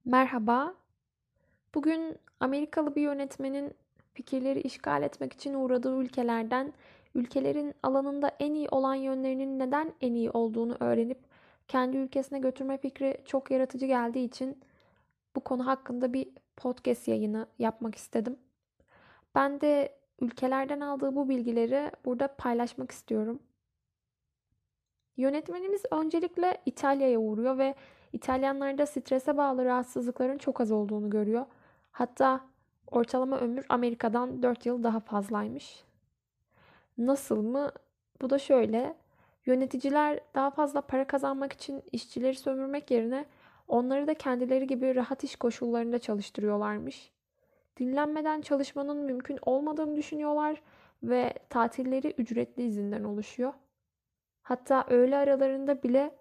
Merhaba. Bugün Amerikalı bir yönetmenin fikirleri işgal etmek için uğradığı ülkelerden, ülkelerin alanında en iyi olan yönlerinin neden en iyi olduğunu öğrenip kendi ülkesine götürme fikri çok yaratıcı geldiği için bu konu hakkında bir podcast yayını yapmak istedim. Ben de ülkelerden aldığı bu bilgileri burada paylaşmak istiyorum. Yönetmenimiz öncelikle İtalya'ya uğruyor ve İtalyanlarda strese bağlı rahatsızlıkların çok az olduğunu görüyor. Hatta ortalama ömür Amerika'dan 4 yıl daha fazlaymış. Nasıl mı? Bu da şöyle. Yöneticiler daha fazla para kazanmak için işçileri sömürmek yerine onları da kendileri gibi rahat iş koşullarında çalıştırıyorlarmış. Dinlenmeden çalışmanın mümkün olmadığını düşünüyorlar ve tatilleri ücretli izinden oluşuyor. Hatta öğle aralarında bile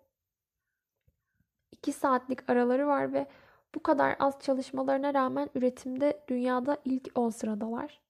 2 saatlik araları var ve bu kadar az çalışmalarına rağmen üretimde dünyada ilk 10 sıradalar.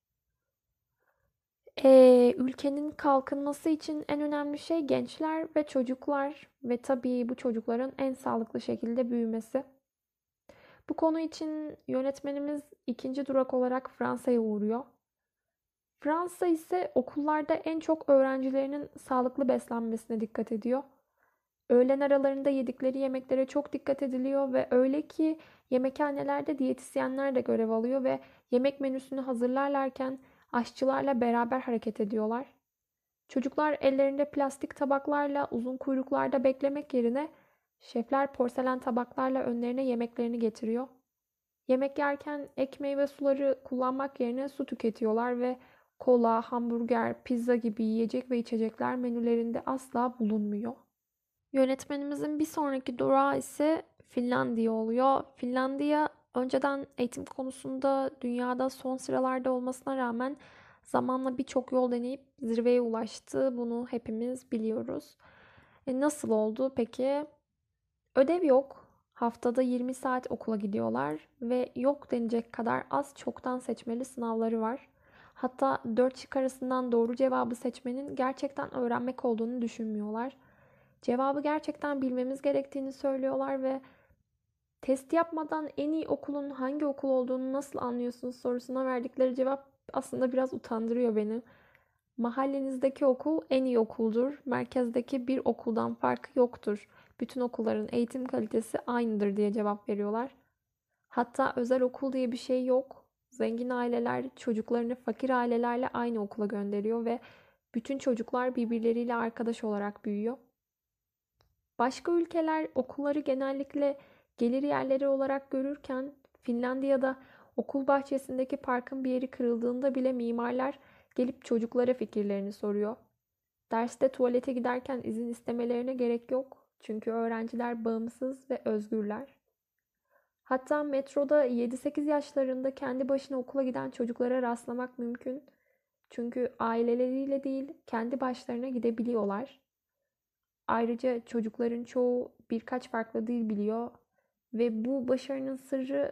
Ülkenin kalkınması için en önemli şey gençler ve çocuklar ve tabii bu çocukların en sağlıklı şekilde büyümesi. Bu konu için yönetmenimiz ikinci durak olarak Fransa'ya uğruyor. Fransa ise okullarda en çok öğrencilerinin sağlıklı beslenmesine dikkat ediyor. Öğlen aralarında yedikleri yemeklere çok dikkat ediliyor ve öyle ki yemekhanelerde diyetisyenler de görev alıyor ve yemek menüsünü hazırlarlarken aşçılarla beraber hareket ediyorlar. Çocuklar ellerinde plastik tabaklarla uzun kuyruklarda beklemek yerine şefler porselen tabaklarla önlerine yemeklerini getiriyor. Yemek yerken ek meyve suları kullanmak yerine su tüketiyorlar ve kola, hamburger, pizza gibi yiyecek ve içecekler menülerinde asla bulunmuyor. Yönetmenimizin bir sonraki durağı ise Finlandiya oluyor. Finlandiya önceden eğitim konusunda dünyada son sıralarda olmasına rağmen zamanla birçok yol deneyip zirveye ulaştı. Bunu hepimiz biliyoruz. Nasıl oldu peki? Ödev yok. Haftada 20 saat okula gidiyorlar ve yok denecek kadar az çoktan seçmeli sınavları var. Hatta 4 şık arasından doğru cevabı seçmenin gerçekten öğrenmek olduğunu düşünmüyorlar. Cevabı gerçekten bilmemiz gerektiğini söylüyorlar ve test yapmadan en iyi okulun hangi okul olduğunu nasıl anlıyorsunuz sorusuna verdikleri cevap aslında biraz utandırıyor beni. Mahallenizdeki okul en iyi okuldur. Merkezdeki bir okuldan farkı yoktur. Bütün okulların eğitim kalitesi aynıdır diye cevap veriyorlar. Hatta özel okul diye bir şey yok. Zengin aileler çocuklarını fakir ailelerle aynı okula gönderiyor ve bütün çocuklar birbirleriyle arkadaş olarak büyüyor. Başka ülkeler okulları genellikle gelir yerleri olarak görürken Finlandiya'da okul bahçesindeki parkın bir yeri kırıldığında bile mimarlar gelip çocuklara fikirlerini soruyor. Derste tuvalete giderken izin istemelerine gerek yok. Çünkü öğrenciler bağımsız ve özgürler. Hatta metroda 7-8 yaşlarında kendi başına okula giden çocuklara rastlamak mümkün. Çünkü aileleriyle değil, kendi başlarına gidebiliyorlar. Ayrıca çocukların çoğu birkaç farklı dil biliyor ve bu başarının sırrı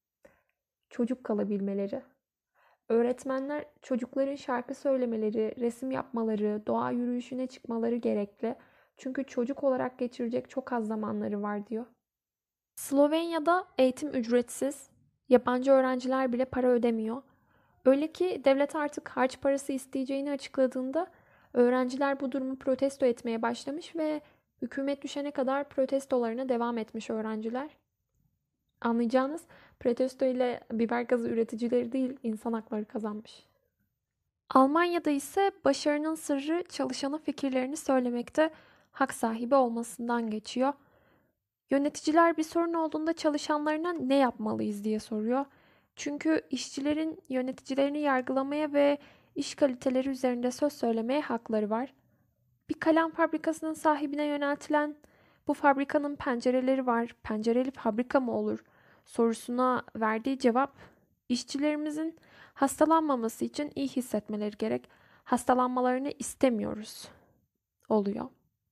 çocuk kalabilmeleri. Öğretmenler çocukların şarkı söylemeleri, resim yapmaları, doğa yürüyüşüne çıkmaları gerekli. Çünkü çocuk olarak geçirecek çok az zamanları var diyor. Slovenya'da eğitim ücretsiz. Yabancı öğrenciler bile para ödemiyor. Öyle ki devlet artık harç parası isteyeceğini açıkladığında öğrenciler bu durumu protesto etmeye başlamış ve hükümet düşene kadar protestolarına devam etmiş öğrenciler. Anlayacağınız protesto ile biber gazı üreticileri değil insan hakları kazanmış. Almanya'da ise başarının sırrı çalışanın fikirlerini söylemekte, hak sahibi olmasından geçiyor. Yöneticiler bir sorun olduğunda çalışanlarına ne yapmalıyız diye soruyor. Çünkü işçilerin yöneticilerini yargılamaya ve iş kaliteleri üzerinde söz söylemeye hakları var. Bir kalem fabrikasının sahibine yöneltilen "bu fabrikanın pencereleri var, pencereli fabrika mı olur?" sorusuna verdiği cevap, işçilerimizin hastalanmaması için iyi hissetmeleri gerek, hastalanmalarını istemiyoruz oluyor.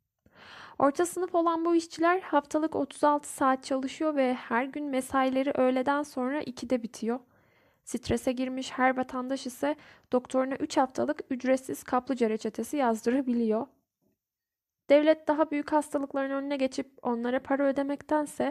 Orta sınıf olan bu işçiler haftalık 36 saat çalışıyor ve her gün mesaileri öğleden sonra 2'de bitiyor. Strese girmiş her vatandaş ise doktoruna 3 haftalık ücretsiz kaplıca reçetesi yazdırabiliyor. Devlet daha büyük hastalıkların önüne geçip onlara para ödemektense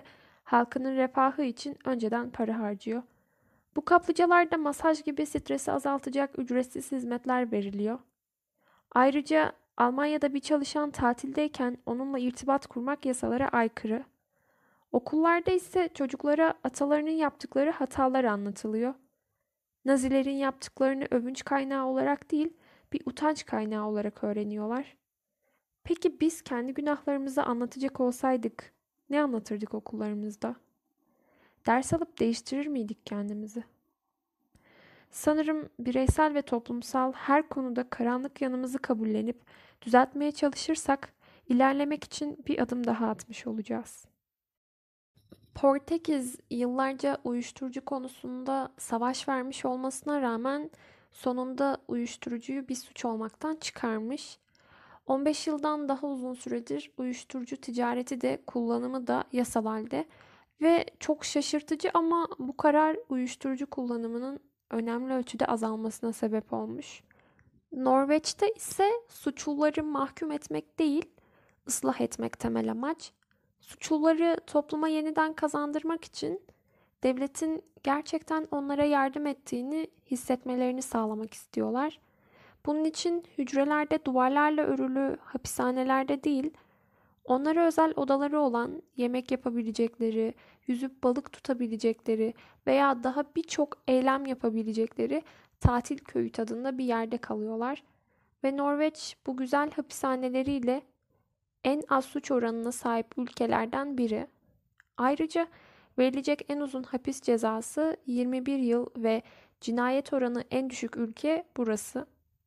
halkının refahı için önceden para harcıyor. Bu kaplıcalarda masaj gibi stresi azaltacak ücretsiz hizmetler veriliyor. Ayrıca Almanya'da bir çalışan tatildeyken onunla irtibat kurmak yasalara aykırı. Okullarda ise çocuklara atalarının yaptıkları hatalar anlatılıyor. Nazilerin yaptıklarını övünç kaynağı olarak değil, bir utanç kaynağı olarak öğreniyorlar. Peki biz kendi günahlarımızı anlatacak olsaydık ne anlatırdık okullarımızda? Ders alıp değiştirir miydik kendimizi? Sanırım bireysel ve toplumsal her konuda karanlık yanımızı kabullenip düzeltmeye çalışırsak ilerlemek için bir adım daha atmış olacağız. Portekiz yıllarca uyuşturucu konusunda savaş vermiş olmasına rağmen sonunda uyuşturucuyu bir suç olmaktan çıkarmış. 15 yıldan daha uzun süredir uyuşturucu ticareti de kullanımı da yasal halde ve çok şaşırtıcı ama bu karar uyuşturucu kullanımının önemli ölçüde azalmasına sebep olmuş. Norveç'te ise suçluları mahkum etmek değil, ıslah etmek temel amaç. Suçluları topluma yeniden kazandırmak için devletin gerçekten onlara yardım ettiğini hissetmelerini sağlamak istiyorlar. Bunun için hücrelerde duvarlarla örülü hapishanelerde değil, onlara özel odaları olan, yemek yapabilecekleri, yüzüp balık tutabilecekleri veya daha birçok eylem yapabilecekleri tatil köyü tadında bir yerde kalıyorlar. Ve Norveç bu güzel hapishaneleriyle en az suç oranına sahip ülkelerden biri. Ayrıca verilecek en uzun hapis cezası 21 yıl ve cinayet oranı en düşük ülke burası.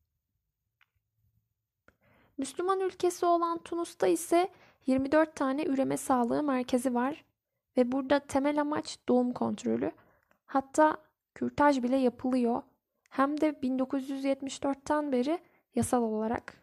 Müslüman ülkesi olan Tunus'ta ise 24 tane üreme sağlığı merkezi var ve burada temel amaç doğum kontrolü. Hatta kürtaj bile yapılıyor. Hem de 1974'ten beri yasal olarak.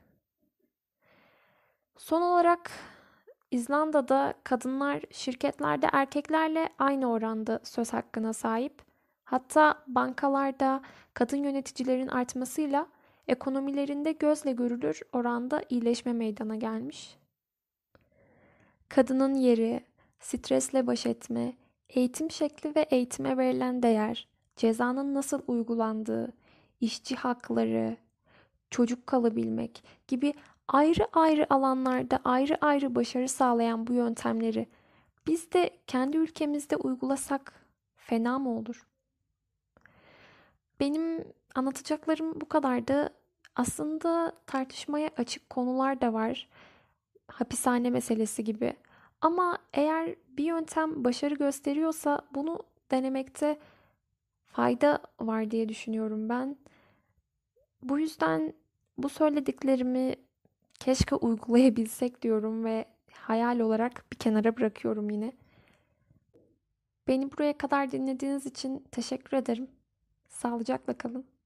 Son olarak İzlanda'da kadınlar şirketlerde erkeklerle aynı oranda söz hakkına sahip. Hatta bankalarda kadın yöneticilerin artmasıyla ekonomilerinde gözle görülür oranda iyileşme meydana gelmiş. Kadının yeri, stresle baş etme, eğitim şekli ve eğitime verilen değer, cezanın nasıl uygulandığı, işçi hakları, çocuk kalabilmek gibi ayrı ayrı alanlarda ayrı ayrı başarı sağlayan bu yöntemleri biz de kendi ülkemizde uygulasak fena mı olur? Benim anlatacaklarım bu kadardı. Aslında tartışmaya açık konular da var. Hapishane meselesi gibi. Ama eğer bir yöntem başarı gösteriyorsa bunu denemekte fayda var diye düşünüyorum ben. Bu yüzden bu söylediklerimi keşke uygulayabilsek diyorum ve hayal olarak bir kenara bırakıyorum yine. Beni buraya kadar dinlediğiniz için teşekkür ederim. Sağlıcakla kalın.